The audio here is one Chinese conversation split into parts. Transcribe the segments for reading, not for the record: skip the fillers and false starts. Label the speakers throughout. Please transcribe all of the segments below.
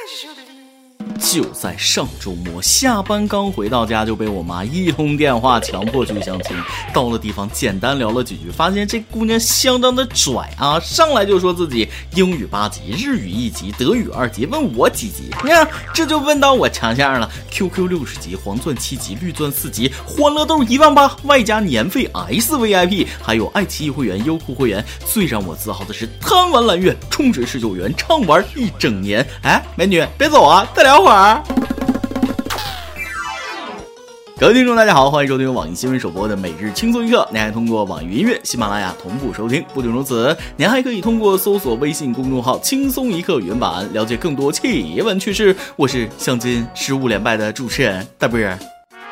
Speaker 1: 就在上周末，下班刚回到家就被我妈一通电话强迫去相亲。到了地方简单聊了几句，发现这姑娘相当的拽啊，上来就说自己英语8级，日语1级，德语2级，问我几级，这就问到我强项了。 QQ 60级，黄钻7级，绿钻4级，欢乐豆18000，外加年费 SVIP， 还有爱奇艺会员、优酷会员。最让我自豪的是贪玩蓝月，充值19元，畅玩1整年。哎，美女别走啊，再聊会儿。各位听众大家好，欢迎收听网易新闻首播的每日轻松一刻，您还通过网易云音乐、喜马拉雅同步收听。不仅如此，您还可以通过搜索微信公众号轻松一刻原版了解更多奇闻趣事。我是相亲15连败的主持人大波儿。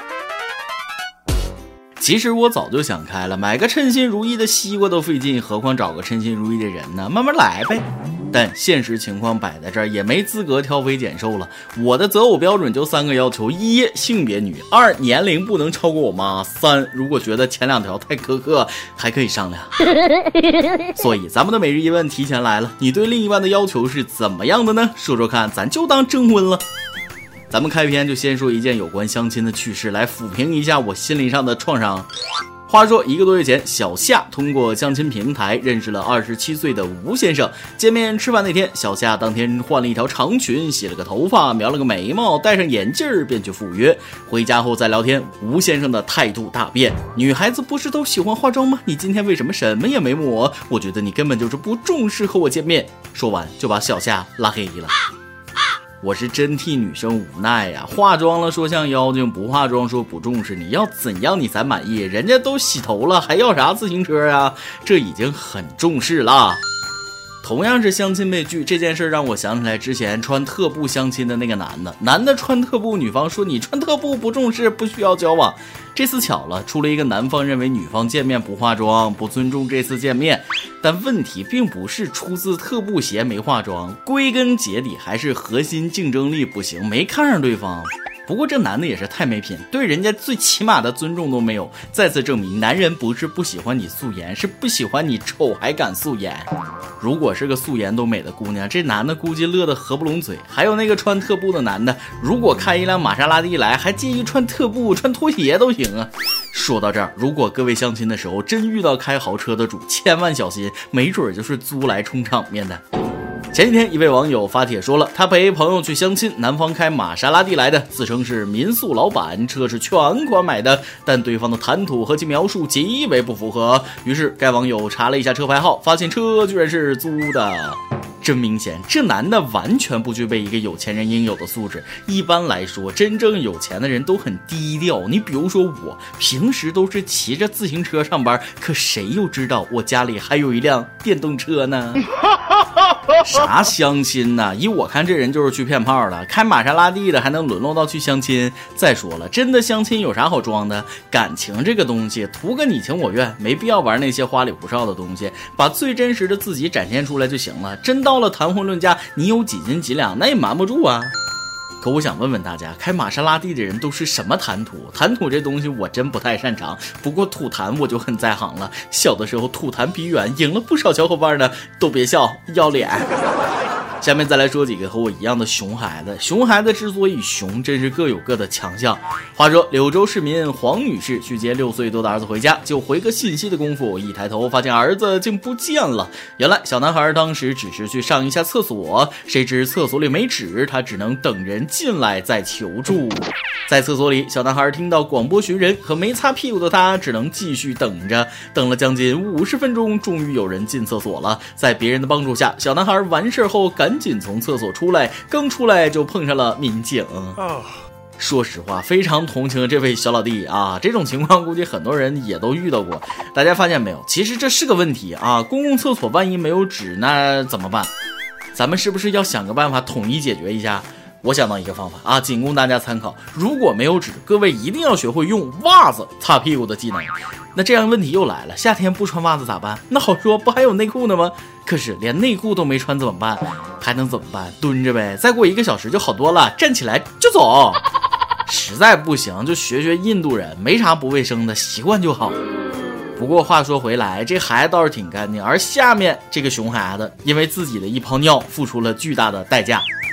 Speaker 1: 其实我早就想开了，买个称心如意的西瓜都费劲，何况找个称心如意的人呢？慢慢来呗。但现实情况摆在这儿，也没资格挑肥拣瘦了。我的择偶标准就3个要求：一、性别女；二、年龄不能超过我妈；三、如果觉得前2条太苛刻，还可以商量。所以咱们的每日一问提前来了，你对另一半的要求是怎么样的呢？说说看，咱就当征婚了。咱们开篇就先说一件有关相亲的趣事，来抚平一下我心灵上的创伤。话说1个多月前，小夏通过相亲平台认识了27岁的吴先生。见面吃饭那天，小夏当天换了一条长裙，洗了个头发，描了个眉毛，戴上眼镜便去赴约。回家后再聊天，吴先生的态度大变：女孩子不是都喜欢化妆吗？你今天为什么什么也没抹？我觉得你根本就是不重视和我见面。说完就把小夏拉黑了。我是真替女生无奈呀，化妆了说像妖精，不化妆说不重视，你要怎样你才满意？人家都洗头了，还要啥自行车啊？这已经很重视了。同样是相亲被拒这件事，让我想起来之前穿特步相亲的那个男的穿特步，女方说你穿特步不重视，不需要交往。这次巧了，出了一个男方认为女方见面不化妆，不尊重这次见面。但问题并不是出自特步鞋没化妆，归根结底还是核心竞争力不行，没看上对方。不过这男的也是太没品，对人家最起码的尊重都没有，再次证明男人不是不喜欢你素颜，是不喜欢你丑还敢素颜。如果是个素颜都美的姑娘，这男的估计乐得合不拢嘴。还有那个穿特步的男的，如果开一辆玛莎拉蒂来，还介意穿特步，穿拖鞋都行啊。说到这儿，如果各位相亲的时候真遇到开豪车的主，千万小心，没准就是租来充场面的。前几天一位网友发帖说了，他陪朋友去相亲，男方开玛莎拉蒂来的，自称是民宿老板，车是全款买的，但对方的谈吐和其描述极为不符合。于是该网友查了一下车牌号，发现车居然是租的。真明显，这男的完全不具备一个有钱人应有的素质。一般来说，真正有钱的人都很低调。你比如说我，平时都是骑着自行车上班，可谁又知道我家里还有一辆电动车呢？啥相亲呢？依我看，这人就是去骗炮的。开玛莎拉蒂的还能沦落到去相亲？再说了，真的相亲有啥好装的？感情这个东西，图个你情我愿，没必要玩那些花里胡哨的东西，把最真实的自己展现出来就行了。真到了谈婚论嫁，你有几斤几两，那也瞒不住啊。可我想问问大家，开玛莎拉蒂的人都是什么谈吐？谈吐这东西我真不太擅长，不过吐痰我就很在行了。小的时候吐痰比远，赢了不少小伙伴呢，都别笑，要脸。下面再来说几个和我一样的熊孩子。熊孩子之所以熊，真是各有各的强项。话说柳州市民黄女士去接6岁多的儿子回家，就回个信息的功夫，一抬头发现儿子竟不见了。原来小男孩当时只是去上一下厕所，谁知厕所里没纸，他只能等人进来再求助。在厕所里，小男孩听到广播寻人，可没擦屁股的他只能继续等着，等了将近50分钟，终于有人进厕所了。在别人的帮助下，小男孩完事后赶紧从厕所出来，刚出来就碰上了民警。说实话，非常同情这位小老弟啊！这种情况估计很多人也都遇到过。大家发现没有？其实这是个问题啊！公共厕所万一没有纸，那怎么办？咱们是不是要想个办法统一解决一下？我想到一个方法啊，仅供大家参考。如果没有纸，各位一定要学会用袜子擦屁股的技能。那这样问题又来了，夏天不穿袜子咋办？那好说，不还有内裤呢吗？可是连内裤都没穿怎么办？还能怎么办？蹲着呗，再过1个小时就好多了，站起来就走。实在不行就学学印度人，没啥不卫生的，习惯就好。不过话说回来，这孩子倒是挺干净，而下面这个熊孩子因为自己的一泡尿付出了巨大的代价。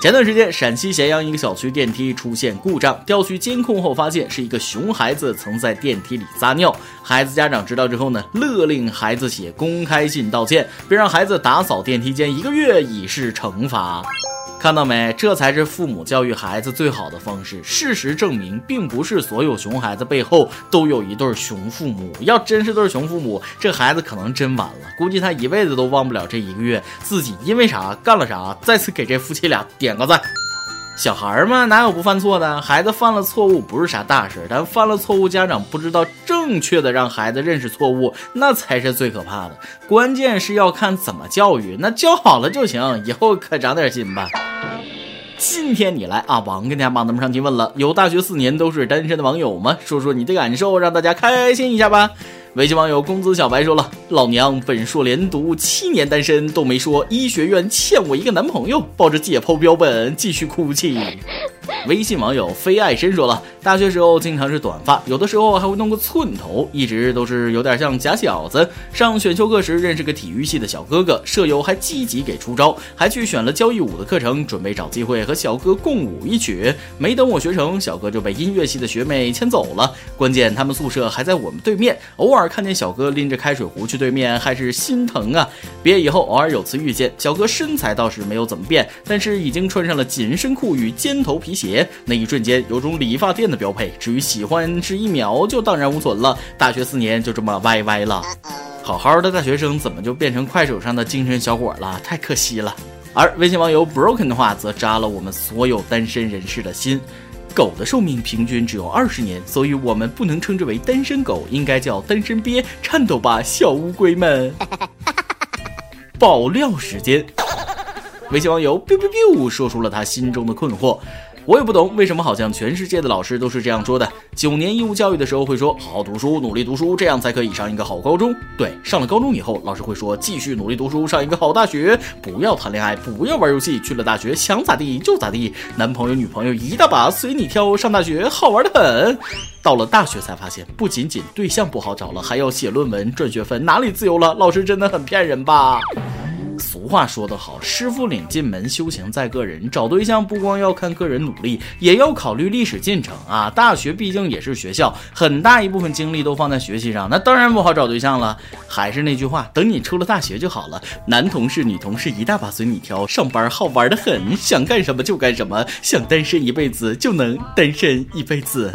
Speaker 1: 前段时间，陕西咸阳一个小区电梯出现故障，调取监控后发现是一个熊孩子曾在电梯里撒尿。孩子家长知道之后呢，勒令孩子写公开信道歉，并让孩子打扫电梯间1个月以示惩罚。看到没？这才是父母教育孩子最好的方式。事实证明，并不是所有熊孩子背后都有一对熊父母。要真是对熊父母，这孩子可能真完了。估计他一辈子都忘不了这1个月自己因为啥干了啥。再次给这夫妻俩点个赞。小孩嘛，哪有不犯错的？孩子犯了错误不是啥大事，但犯了错误，家长不知道正确的让孩子认识错误，那才是最可怕的。关键是要看怎么教育，那教好了就行，以后可长点心吧。今天你来啊，王跟大家帮咱们上提问了，有大学4年都是单身的网友吗？说说你的感受，让大家开心一下吧。微信网友公子小白说了，老娘本硕连读7年单身都没说，医学院欠我一个男朋友，抱着解剖标本继续哭泣。微信网友非爱深说了，大学时候经常是短发，有的时候还会弄个寸头，一直都是有点像假小子。上选修课时认识个体育系的小哥哥，舍友还积极给出招，还去选了交谊舞的课程，准备找机会和小哥共舞一曲。没等我学成，小哥就被音乐系的学妹牵走了。关键他们宿舍还在我们对面，偶尔看见小哥拎着开水壶去对面，还是心疼啊。毕业以后偶尔有次遇见，小哥身材倒是没有怎么变，但是已经穿上了紧身裤与尖头皮鞋，那一瞬间有种理发店的标配。至于喜欢是1秒就荡然无存了，大学4年就这么歪歪了。好好的大学生怎么就变成快手上的精神小伙了？太可惜了。而微信网友 Broken 的话则扎了我们所有单身人士的心。狗的寿命平均只有20年，所以我们不能称之为单身狗，应该叫单身鳖。颤抖吧，小乌龟们！爆料时间，微信网友 biu biu biu 说出了他心中的困惑。我也不懂为什么好像全世界的老师都是这样说的。9年义务教育的时候会说好好读书，努力读书，这样才可以上一个好高中。对，上了高中以后，老师会说继续努力读书，上一个好大学，不要谈恋爱，不要玩游戏，去了大学想咋地就咋地，男朋友女朋友一大把随你挑，上大学好玩得很。到了大学才发现，不仅仅对象不好找了，还要写论文赚学分，哪里自由了？老师真的很骗人吧。俗话说得好，师傅领进门，修行在个人。找对象不光要看个人努力，也要考虑历史进程啊。大学毕竟也是学校，很大一部分精力都放在学习上，那当然不好找对象了。还是那句话，等你出了大学就好了，男同事女同事一大把随你挑，上班好玩得很，想干什么就干什么，想单身一辈子就能单身一辈子。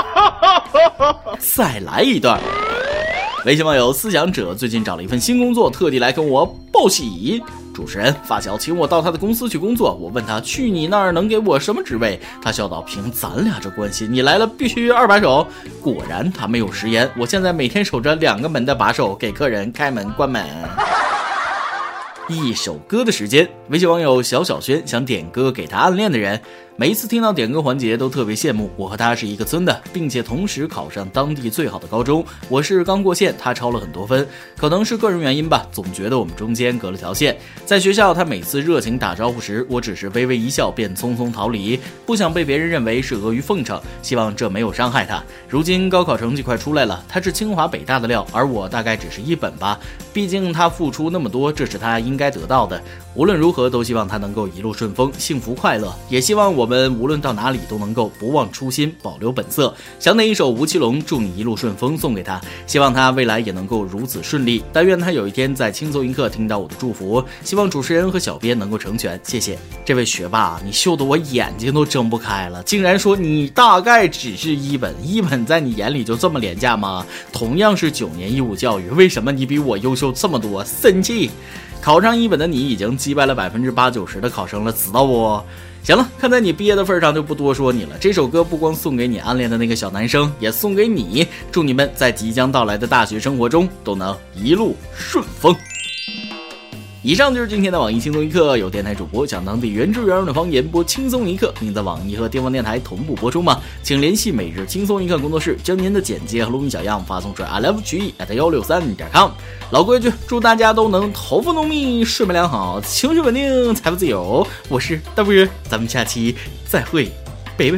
Speaker 1: 再来一段。微信网友思想者最近找了一份新工作，特地来跟我报喜。主持人发小请我到他的公司去工作，我问他去你那儿能给我什么职位，他笑道凭咱俩这关系，你来了必须2把手。果然他没有食言，我现在每天守着2个门的把手，给客人开门关门。一首歌的时间，微信网友小小轩想点歌给他暗恋的人。每一次听到点歌环节都特别羡慕，我和他是一个村的，并且同时考上当地最好的高中。我是刚过线，他超了很多分，可能是个人原因吧，总觉得我们中间隔了条线。在学校他每次热情打招呼时，我只是微微一笑便匆匆逃离，不想被别人认为是阿谀奉承，希望这没有伤害他。如今高考成绩快出来了，他是清华北大的料，而我大概只是一本吧，毕竟他付出那么多，这是他应该得到的。无论如何都希望他能够一路顺风，幸福快乐，也希望我们无论到哪里都能够不忘初心，保留本色。想哪一首吴奇隆祝你一路顺风送给他，希望他未来也能够如此顺利，但愿他有一天在轻松一刻听到我的祝福，希望主持人和小编能够成全，谢谢。这位学霸，你秀得我眼睛都睁不开了，竟然说你大概只是一本在你眼里就这么廉价吗？同样是9年义务教育，为什么你比我优秀这么多？生气。考上一本的你已经击败了80%-90%的考生了，知道不？行了，看在你毕业的份上就不多说你了。这首歌不光送给你暗恋的那个小男生，也送给你，祝你们在即将到来的大学生活中都能一路顺风。以上就是今天的网易轻松一刻，有电台主播讲当地原汁原味的方言播轻松一刻，并在网易和电网电台同步播出吗？请联系每日轻松一刻工作室，将您的简介和录音小样发送至 iLoveGE@163.com。老规矩，祝大家都能头发浓密，睡眠良好，情绪稳定，财富自由。我是大波，咱们下期再会，拜拜。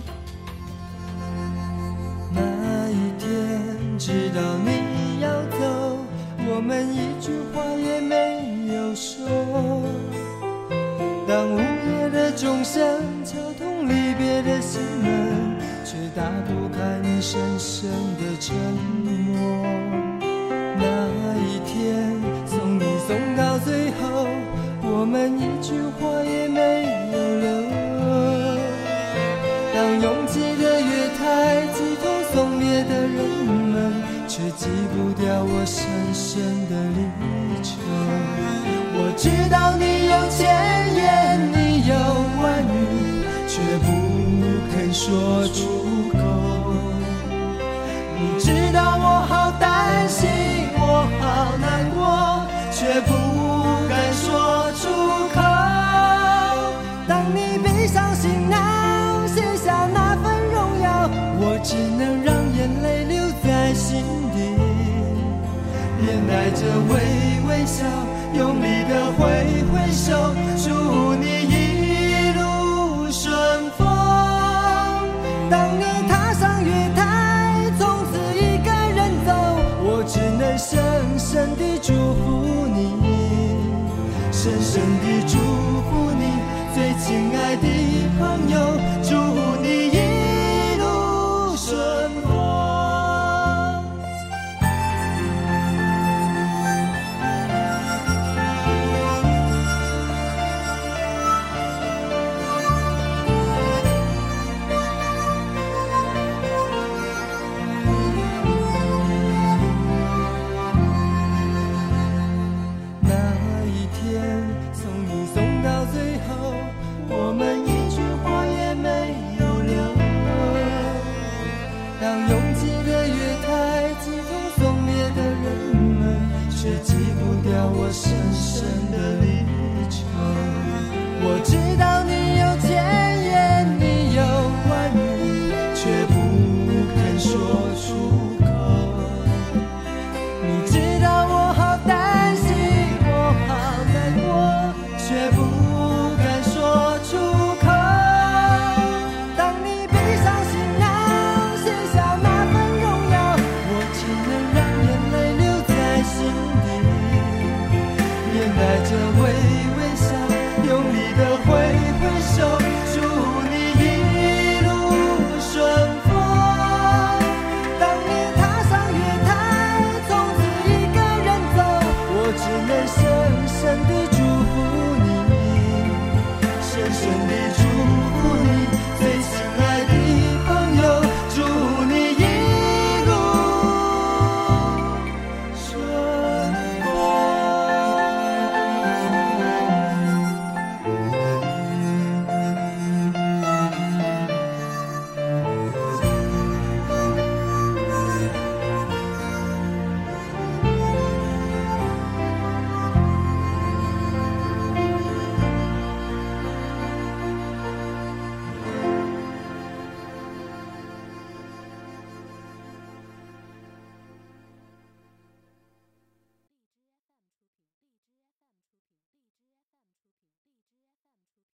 Speaker 2: 那一天知道你要走，我们一句话也没有说。当午夜的钟声敲痛离别的心门，却打不开你深深的沉默。那一天送你送到最后，我们一句话也没有留。当拥挤的月台挤痛送别的人们，却挤不掉我深深的离愁。我知道你有千言，你有万语，却不肯说出口。你知道我好担心，我好难过，却不敢说出口。当你闭上心脑，写下那份荣耀，我只能让眼泪留在心底，连带着微微笑，用力的挥挥手，祝你